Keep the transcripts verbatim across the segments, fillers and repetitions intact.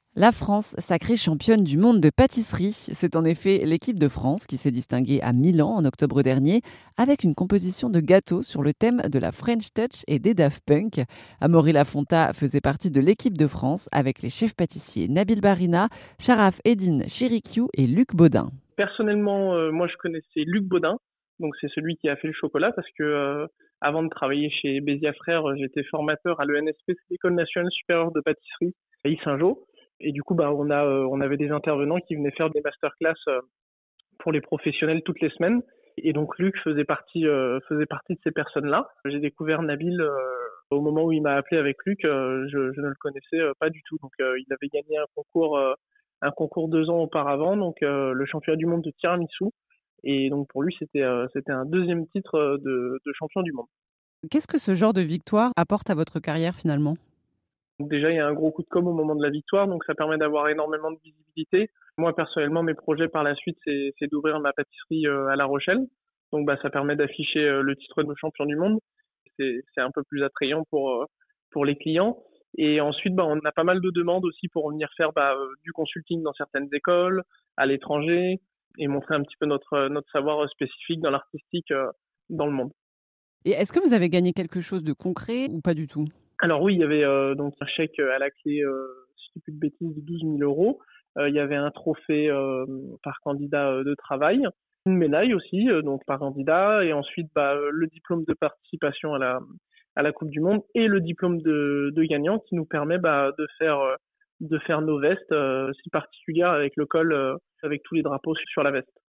La France, sacrée championne du monde de pâtisserie. C'est en effet l'équipe de France qui s'est distinguée à Milan en octobre dernier avec une composition de gâteaux sur le thème de la French Touch et des Daft Punk. Amaury Lafonta faisait partie de l'équipe de France avec les chefs pâtissiers Nabil Barina, Sharaf Eddine Chiriquiou et Luc Baudin. Personnellement, euh, moi je connaissais Luc Baudin, donc c'est celui qui a fait le chocolat parce que euh, avant de travailler chez Béziat Frères, j'étais formateur à l'E N S P, c'est l'École nationale supérieure de pâtisserie à Yssingeaux. Et du coup, bah, on a, euh, on avait des intervenants qui venaient faire des masterclass euh, pour les professionnels toutes les semaines. Et donc Luc faisait partie, euh, faisait partie de ces personnes-là. J'ai découvert Nabil euh, au moment où il m'a appelé avec Luc. Euh, je, je ne le connaissais euh, pas du tout. Donc euh, il avait gagné un concours, euh, un concours deux ans auparavant, donc euh, le championnat du monde de tiramisu. Et donc pour lui, c'était, euh, c'était un deuxième titre de, de champion du monde. Qu'est-ce que ce genre de victoire apporte à votre carrière finalement ? Donc déjà, il y a un gros coup de com' au moment de la victoire, donc ça permet d'avoir énormément de visibilité. Moi, personnellement, mes projets par la suite, c'est, c'est d'ouvrir ma pâtisserie euh, à La Rochelle. Donc, bah, ça permet d'afficher euh, le titre de champion du monde. C'est, c'est un peu plus attrayant pour euh, pour les clients. Et ensuite, bah, on a pas mal de demandes aussi pour venir faire bah, euh, du consulting dans certaines écoles, à l'étranger, et montrer un petit peu notre notre savoir spécifique dans l'artistique euh, dans le monde. Et est-ce que vous avez gagné quelque chose de concret ou pas du tout ? Alors oui, il y avait euh, donc un chèque à la clé, euh, si je dis plus de bêtises, de douze mille euros. Euh, il y avait un trophée euh, par candidat euh, de travail, une médaille aussi, euh, donc par candidat, et ensuite bah, euh, le diplôme de participation à la à la Coupe du Monde et le diplôme de, de gagnant qui nous permet bah, de faire euh, de faire nos vestes euh, si particulières avec le col, euh, avec tous les drapeaux sur la veste.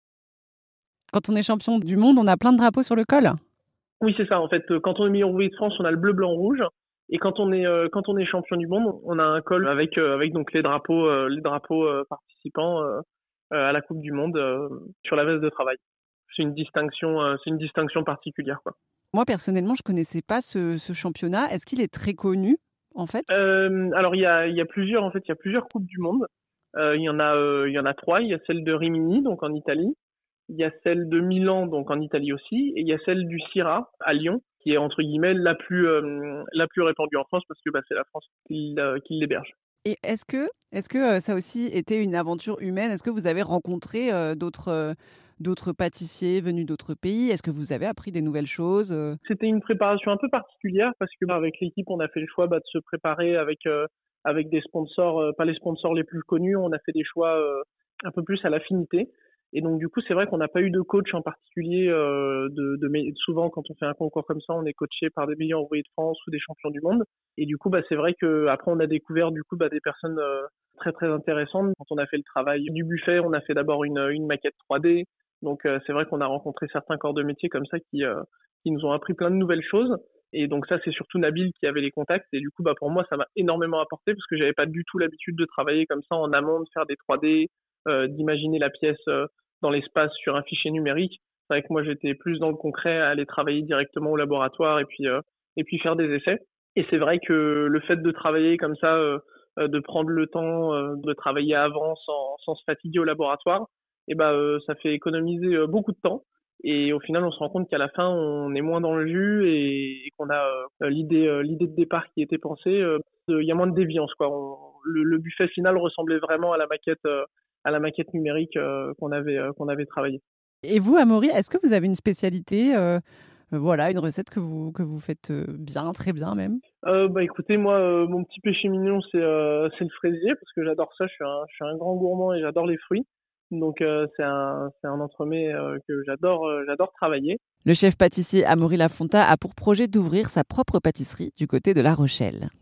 Quand on est champion du monde, on a plein de drapeaux sur le col ? Oui, c'est ça. En fait, quand on est meilleur ouvrier de France, on a le bleu, blanc, rouge. Et quand on est euh, quand on est champion du monde, on a un col avec euh, avec donc les drapeaux euh, les drapeaux euh, participants euh, euh, à la Coupe du Monde euh, sur la veste de travail. C'est une distinction euh, c'est une distinction particulière, quoi. Moi personnellement, je connaissais pas ce, ce championnat. Est-ce qu'il est très connu en fait ? Euh, alors il y a il y a plusieurs en fait il y a plusieurs Coupes du Monde. Euh, il y en a euh, il y en a trois. Il y a celle de Rimini donc en Italie. Il y a celle de Milan, donc en Italie aussi, et il y a celle du Syrah à Lyon, qui est entre guillemets la plus euh, la plus répandue en France parce que bah, c'est la France qui, euh, qui l'héberge. Et est-ce que est-ce que euh, ça a aussi été une aventure humaine ? Est-ce que vous avez rencontré euh, d'autres euh, d'autres pâtissiers venus d'autres pays ? Est-ce que vous avez appris des nouvelles choses ? C'était une préparation un peu particulière parce que bah, avec l'équipe, on a fait le choix bah, de se préparer avec euh, avec des sponsors, euh, pas les sponsors les plus connus, on a fait des choix euh, un peu plus à l'affinité. Et donc du coup, c'est vrai qu'on n'a pas eu de coach en particulier. Euh, de, de, de, souvent, quand on fait un concours comme ça, on est coaché par des meilleurs ouvriers de France ou des champions du monde. Et du coup, bah, c'est vrai que après, on a découvert du coup bah, des personnes euh, très très intéressantes. Quand on a fait le travail du buffet, on a fait d'abord une, une maquette trois D. Donc euh, c'est vrai qu'on a rencontré certains corps de métier comme ça qui euh, qui nous ont appris plein de nouvelles choses. Et donc ça, c'est surtout Nabil qui avait les contacts. Et du coup, bah pour moi, ça m'a énormément apporté parce que j'avais pas du tout l'habitude de travailler comme ça en amont, de faire des trois D, euh, d'imaginer la pièce euh, dans l'espace sur un fichier numérique. C'est vrai que moi, j'étais plus dans le concret, à aller travailler directement au laboratoire et puis euh, et puis faire des essais. Et c'est vrai que le fait de travailler comme ça, euh, de prendre le temps euh, de travailler avant sans, sans se fatiguer au laboratoire, et bah euh, ça fait économiser euh, beaucoup de temps. Et au final, on se rend compte qu'à la fin, on est moins dans le jus et, et qu'on a euh, l'idée, euh, l'idée de départ qui était pensée. Il euh, y a moins de déviance, quoi. On, le, le buffet final ressemblait vraiment à la maquette, euh, à la maquette numérique euh, qu'on avait, euh, qu'on avait travaillée. Et vous, Amaury, est-ce que vous avez une spécialité, euh, voilà, une recette que vous que vous faites bien, très bien même ? Euh, bah écoutez, moi, euh, mon petit péché mignon, c'est euh, c'est le fraisier parce que j'adore ça. Je suis un, je suis un grand gourmand et j'adore les fruits. Donc euh, c'est un c'est un entremets euh, que j'adore euh, j'adore travailler. Le chef pâtissier Amaury Lafonta a pour projet d'ouvrir sa propre pâtisserie du côté de La Rochelle.